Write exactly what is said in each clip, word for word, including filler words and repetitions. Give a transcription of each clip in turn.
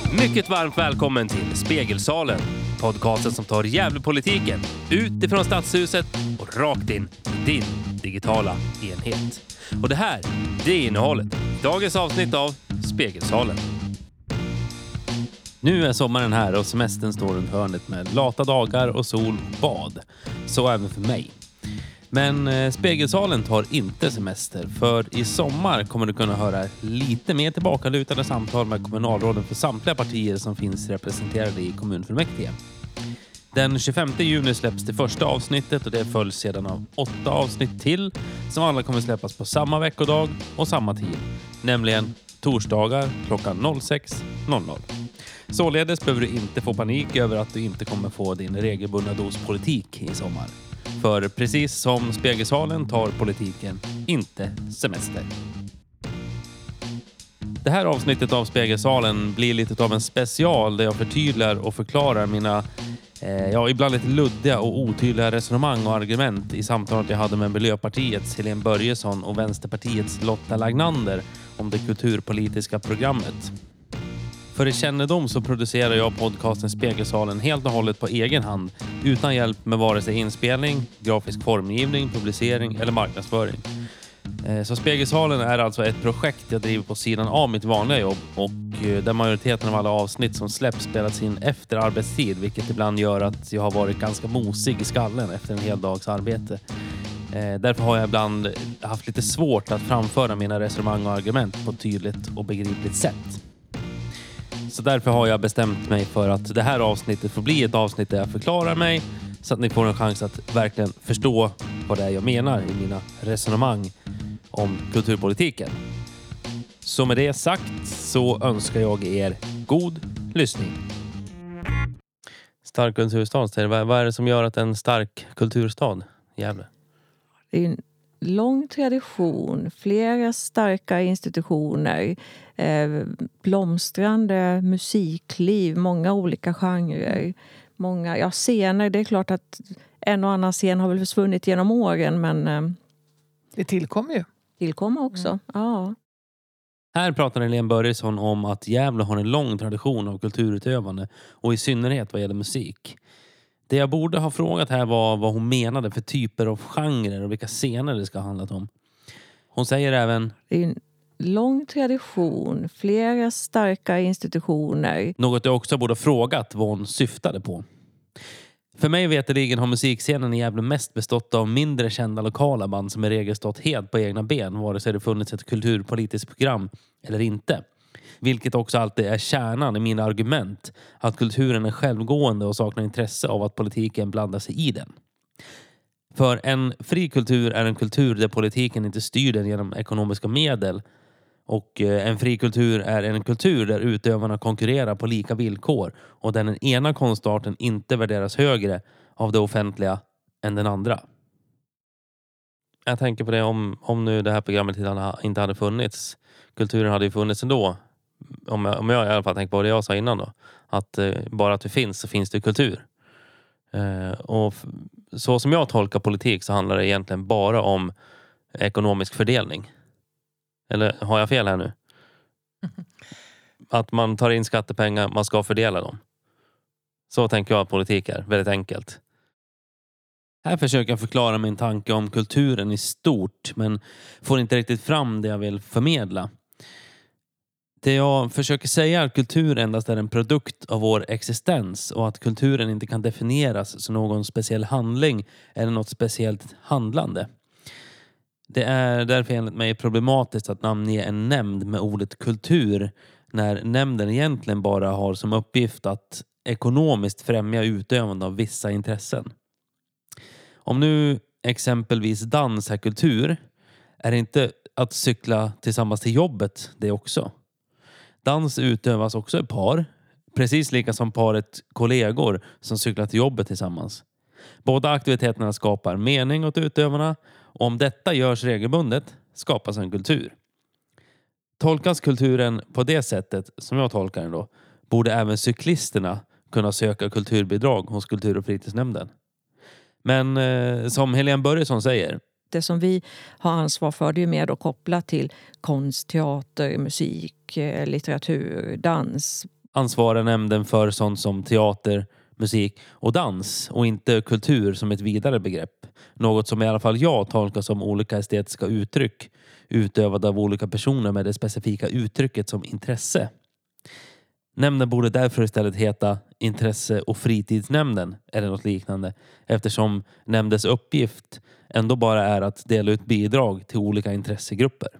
Mycket varmt välkommen till Spegelsalen. Podcasten som tar Gävlepolitiken utifrån stadshuset och rakt in i din digitala enhet. Och det här, det är innehållet i dagens avsnitt av Spegelsalen. Nu är sommaren här och semestern står runt hörnet med lata dagar och sol och bad. Så även för mig. Men eh, Spegelsalen tar inte semester, för i sommar kommer du kunna höra lite mer tillbakalutade samtal med kommunalråden för samtliga partier som finns representerade i kommunfullmäktige. Den tjugofemte juni släpps det första avsnittet och det följs sedan av åtta avsnitt till som alla kommer släppas på samma veckodag och samma tid, nämligen torsdagar klockan sex noll noll. Således behöver du inte få panik över att du inte kommer få din regelbundna dos politik i sommar. För precis som Spegelsalen tar politiken inte semester. Det här avsnittet av Spegelsalen blir lite av en special där jag förtydligar och förklarar mina eh, ja, ibland lite luddiga och otydliga resonemang och argument i samtalet jag hade med Miljöpartiets Helene Börjesson och Vänsterpartiets Lotta Lagnander om det kulturpolitiska programmet. För i kännedom så producerar jag podcasten Spegelsalen helt och hållet på egen hand utan hjälp med vare sig inspelning, grafisk formgivning, publicering eller marknadsföring. Så Spegelsalen är alltså ett projekt jag driver på sidan av mitt vanliga jobb och där majoriteten av alla avsnitt som släpps spelats in efter arbetstid, vilket ibland gör att jag har varit ganska mosig i skallen efter en hel dags arbete. Därför har jag ibland haft lite svårt att framföra mina resonemang och argument på ett tydligt och begripligt sätt. Så därför har jag bestämt mig för att det här avsnittet får bli ett avsnitt där jag förklarar mig så att ni får en chans att verkligen förstå vad det är jag menar i mina resonemang om kulturpolitiken. Så med det sagt så önskar jag er god lyssning. Stark kulturstad, vad är det som gör att en stark kulturstad Gävle? Det är en lång tradition, flera starka institutioner, eh, blomstrande musikliv, många olika genrer, många ja, scener. Det är klart att en och annan scen har väl försvunnit genom åren, men eh, det tillkommer ju. Tillkommer också, mm. ja. Här pratar Helene Börjesson om att Gävle har en lång tradition av kulturutövande och i synnerhet vad gäller musik. Det jag borde ha frågat här var vad hon menade för typer av genrer och vilka scener det ska ha handlat om. Hon säger även: det är en lång tradition, flera starka institutioner. Något jag också borde ha frågat vad hon syftade på. För mig veteligen har musikscenen i Gävle mest bestått av mindre kända lokala band som i regel stått helt på egna ben, vare sig det funnits ett kulturpolitiskt program eller inte. Vilket också alltid är kärnan i mina argument. Att kulturen är självgående och saknar intresse av att politiken blandar sig i den. För en fri kultur är en kultur där politiken inte styr den genom ekonomiska medel. Och en fri kultur är en kultur där utövarna konkurrerar på lika villkor. Och där den ena konstarten inte värderas högre av det offentliga än den andra. Jag tänker på det om, om nu det här programmet inte hade funnits. Kulturen hade ju funnits ändå. Om jag, om jag i alla fall tänker på det jag sa innan då. Att eh, bara att det finns så finns det kultur. Eh, och f- så som jag tolkar politik så handlar det egentligen bara om ekonomisk fördelning. Eller har jag fel här nu? Att man tar in skattepengar, man ska fördela dem. Så tänker jag att politik är. Väldigt enkelt. Här försöker jag förklara min tanke om kulturen i stort. Men får inte riktigt fram det jag vill förmedla. Det jag försöker säga är att kultur endast är en produkt av vår existens och att kulturen inte kan definieras som någon speciell handling eller något speciellt handlande. Det är därför enligt mig problematiskt att namnge en nämnd med ordet kultur när nämnden egentligen bara har som uppgift att ekonomiskt främja utövande av vissa intressen. Om nu exempelvis dans är kultur är det inte att cykla tillsammans till jobbet det också. Dans utövas också i par, precis lika som paret kollegor som cyklar till jobbet tillsammans. Båda aktiviteterna skapar mening åt utövarna och om detta görs regelbundet skapas en kultur. Tolkas kulturen på det sättet, som jag tolkar den då, borde även cyklisterna kunna söka kulturbidrag hos kultur- och fritidsnämnden. Men eh, som Helene Börjesson säger, det som vi har ansvar för, det är mer då kopplat till konst, teater, musik, litteratur, dans. ansvarar nämnden för sånt som teater, musik och dans och inte kultur som ett vidare begrepp. Något som i alla fall jag tolkar som olika estetiska uttryck utövade av olika personer med det specifika uttrycket som intresse. Nämnden borde därför istället heta intresse- och fritidsnämnden eller något liknande, eftersom nämndens uppgift ändå bara är att dela ut bidrag till olika intressegrupper.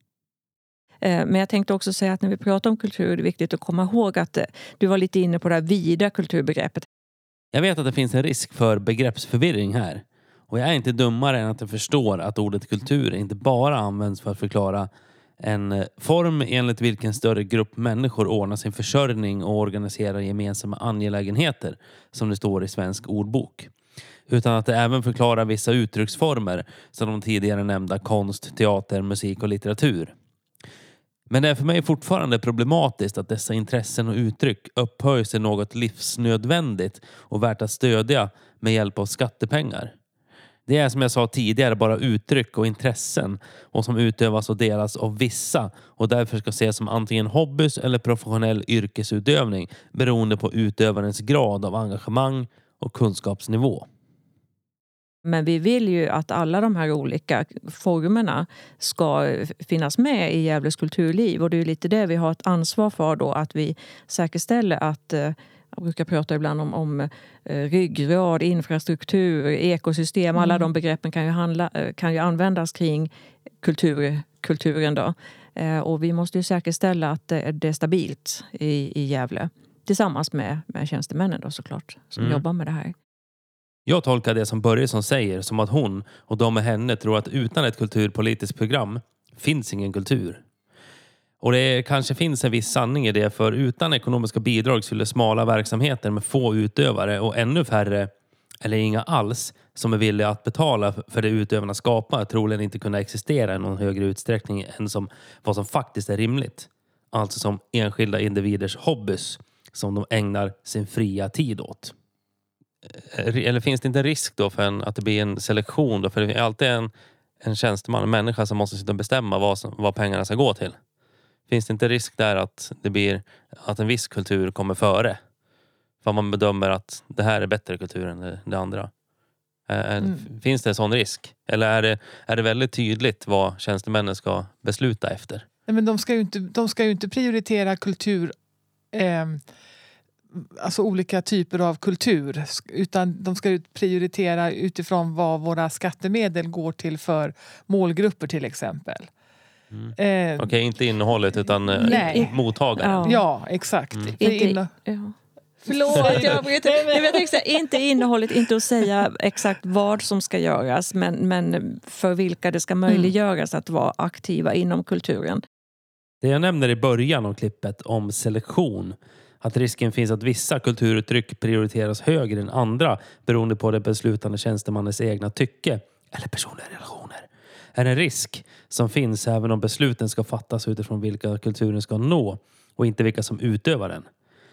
Men jag tänkte också säga att när vi pratar om kultur är det viktigt att komma ihåg att du var lite inne på det här vida kulturbegreppet. Jag vet att det finns en risk för begreppsförvirring här. Och jag är inte dummare än att jag förstår att ordet kultur inte bara används för att förklara en form enligt vilken större grupp människor ordnar sin försörjning och organiserar gemensamma angelägenheter, som det står i svensk ordbok. Utan att det även förklarar vissa uttrycksformer som de tidigare nämnda konst, teater, musik och litteratur. Men det är för mig fortfarande problematiskt att dessa intressen och uttryck upphöjs till något livsnödvändigt och värt att stödja med hjälp av skattepengar. Det är som jag sa tidigare bara uttryck och intressen och som utövas och delas av vissa och därför ska ses som antingen hobbys eller professionell yrkesutövning beroende på utövarens grad av engagemang och kunskapsnivå. Men vi vill ju att alla de här olika formerna ska finnas med i Gävles kulturliv. Och det är lite det vi har ett ansvar för då. Att vi säkerställer att, jag brukar prata ibland om, om ryggrad, infrastruktur, ekosystem. Mm. Alla de begreppen kan ju, handla, kan ju användas kring kultur, kulturen då. Och vi måste ju säkerställa att det är stabilt i, i Gävle. Tillsammans med, med tjänstemännen då såklart som mm. jobbar med det här. Jag tolkar det som Börjesson säger som att hon och de med henne tror att utan ett kulturpolitiskt program finns ingen kultur. Och det kanske finns en viss sanning i det, för utan ekonomiska bidrag skulle smala verksamheter med få utövare och ännu färre eller inga alls som är villiga att betala för det utövarna skapar troligen inte kunna existera i någon högre utsträckning än som vad som faktiskt är rimligt. Alltså som enskilda individers hobbys som de ägnar sin fria tid åt. Eller finns det inte en risk då för en, att det blir en selektion då? För det är alltid en, en tjänsteman, en människa som måste sitta och bestämma vad, som, vad pengarna ska gå till. Finns det inte risk där att det blir att en viss kultur kommer före? För man bedömer att det här är bättre kultur än det, det andra. Mm. Finns det en sån risk? Eller är det, är det väldigt tydligt vad tjänstemännen ska besluta efter? Nej, men de ska ju inte, de ska ju inte prioritera kultur... Eh, alltså olika typer av kultur, utan de ska prioritera utifrån vad våra skattemedel går till för målgrupper till exempel. Mm. Eh, Okej, okay, inte innehållet utan nej. mottagaren. Ja, ja exakt. Mm. Inte, inno- ja. Förlåt, jag vet inte. Inte innehållet, inte att säga exakt vad som ska göras, men, men för vilka det ska möjliggöras mm. att vara aktiva inom kulturen. Det jag nämner i början av klippet om selektion, att risken finns att vissa kulturuttryck prioriteras högre än andra beroende på det beslutande tjänstemannens egna tycke eller personliga relationer, är en risk som finns även om besluten ska fattas utifrån vilka kulturen ska nå och inte vilka som utövar den.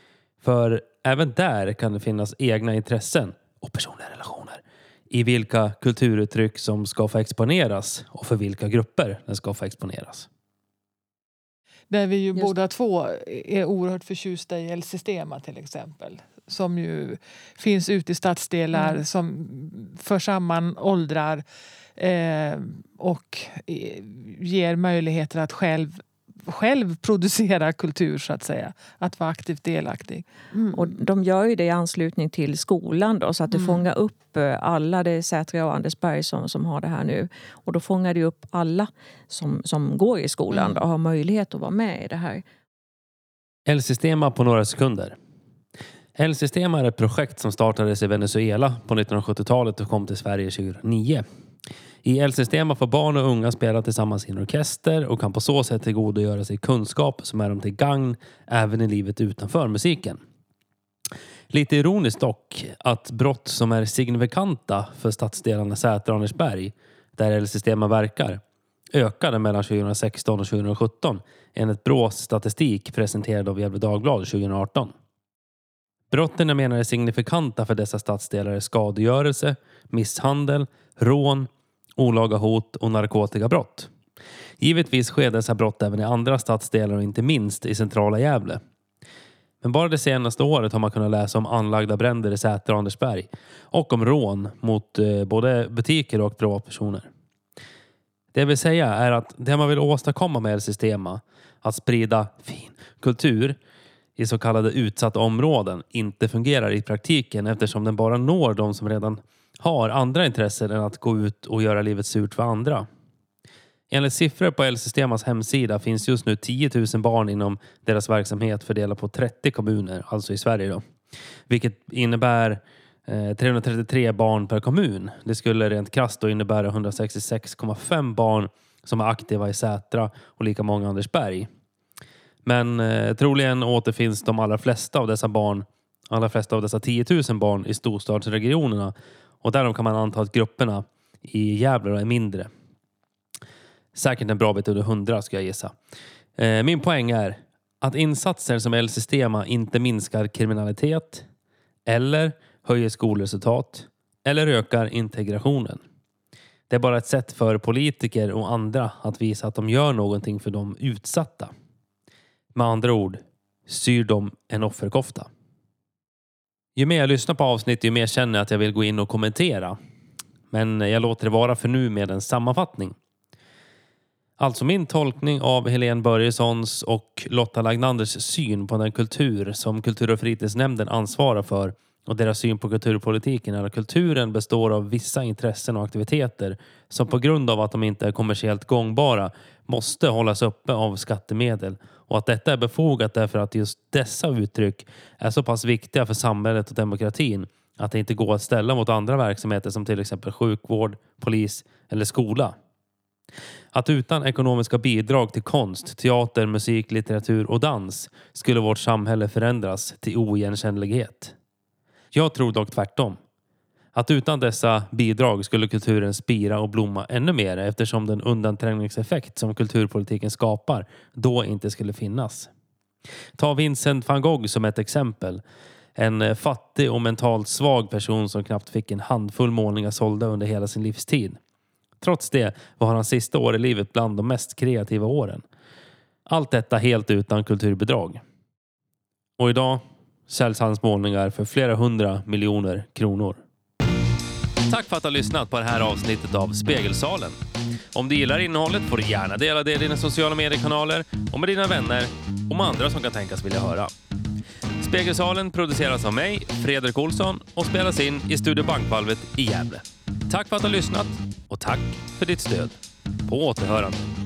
För även där kan det finnas egna intressen och personliga relationer i vilka kulturuttryck som ska få exponeras och för vilka grupper den ska få exponeras. Där vi ju Just. båda två är oerhört förtjusta i El-Sistema till exempel. Som ju finns ute i stadsdelar mm. som för samman åldrar eh, och ger möjligheter att själv, själv producera kultur så att säga. Att vara aktivt delaktig. Mm. Och de gör ju det i anslutning till skolan då, så att det mm. fångar upp alla. Det är Sätra och Andersberg som, som har det här nu. Och då fångar det upp alla som, som går i skolan mm. då, och har möjlighet att vara med i det här. El-Sistema på några sekunder. El-Sistema är ett projekt som startades i Venezuela på nittonhundrasjuttiotalet och kom till Sverige tjugohundranio. I El-Sistema får barn och unga spela tillsammans i en orkester och kan på så sätt tillgodogöra sig kunskap som är dem till gagn även i livet utanför musiken. Lite ironiskt dock att brott som är signifikanta för stadsdelarna Sätra och Andersberg, där El-Sistema verkar, ökade mellan tjugohundrasexton och tjugohundrasjutton enligt Brås statistik presenterad av Gefle Dagblad tjugohundraarton. Brotten jag menar är signifikanta för dessa stadsdelar är skadegörelse, misshandel, rån, olaga hot och narkotikabrott. Givetvis sker dessa brott även i andra stadsdelar och inte minst i centrala Gävle. Men bara det senaste året har man kunnat läsa om anlagda bränder i Säter och Andersberg. Och om rån mot eh, både butiker och privatpersoner. Det vill säga är att det man vill åstadkomma med El-Sistema, att sprida fin kultur i så kallade utsatta områden, inte fungerar i praktiken eftersom den bara når de som redan har andra intressen än att gå ut och göra livet surt för andra. Enligt siffror på El-Sistemas hemsida finns just nu tio tusen barn inom deras verksamhet fördelat på trettio kommuner, alltså i Sverige då. Vilket innebär eh, trehundratrettiotre barn per kommun. Det skulle rent krasst då innebära etthundrasextiosex komma fem barn som är aktiva i Sätra och lika många i Andersberg. Men eh, troligen återfinns de allra flesta av dessa barn, allra flesta av dessa tio tusen barn i storstadsregionerna. Och därom kan man anta att grupperna i Gävle är mindre. Säkert en bra bit under hundra ska jag gissa. Eh, min poäng är att insatser som El-Sistema inte minskar kriminalitet eller höjer skolresultat eller ökar integrationen. Det är bara ett sätt för politiker och andra att visa att de gör någonting för de utsatta. Med andra ord, syr de en offerkofta. Ju mer jag lyssnar på avsnitt, ju mer känner jag att jag vill gå in och kommentera. Men jag låter det vara för nu med en sammanfattning. Alltså min tolkning av Helene Börjessons och Lotta Lagnanders syn på den kultur som Kultur- och fritidsnämnden ansvarar för och deras syn på kulturpolitiken är att kulturen består av vissa intressen och aktiviteter som på grund av att de inte är kommersiellt gångbara måste hållas uppe av skattemedel och att detta är befogat därför att just dessa uttryck är så pass viktiga för samhället och demokratin att det inte går att ställa mot andra verksamheter som till exempel sjukvård, polis eller skola. Att utan ekonomiska bidrag till konst, teater, musik, litteratur och dans skulle vårt samhälle förändras till oigenkännlighet. Jag tror dock tvärtom. Att utan dessa bidrag skulle kulturen spira och blomma ännu mer eftersom den undanträngningseffekt som kulturpolitiken skapar då inte skulle finnas. Ta Vincent van Gogh som ett exempel. En fattig och mentalt svag person som knappt fick en handfull målningar sålda under hela sin livstid. Trots det var hans sista år i livet bland de mest kreativa åren. Allt detta helt utan kulturbidrag. Och idag säljs hans målningar för flera hundra miljoner kronor. Tack för att du har lyssnat på det här avsnittet av Spegelsalen. Om du gillar innehållet får du gärna dela det i dina sociala mediekanaler och med dina vänner och med andra som kan tänkas vilja höra. Spegelsalen produceras av mig, Fredrik Olsson, och spelas in i Studio Bankvalvet i Gävle. Tack för att du har lyssnat och tack för ditt stöd. På återhörande.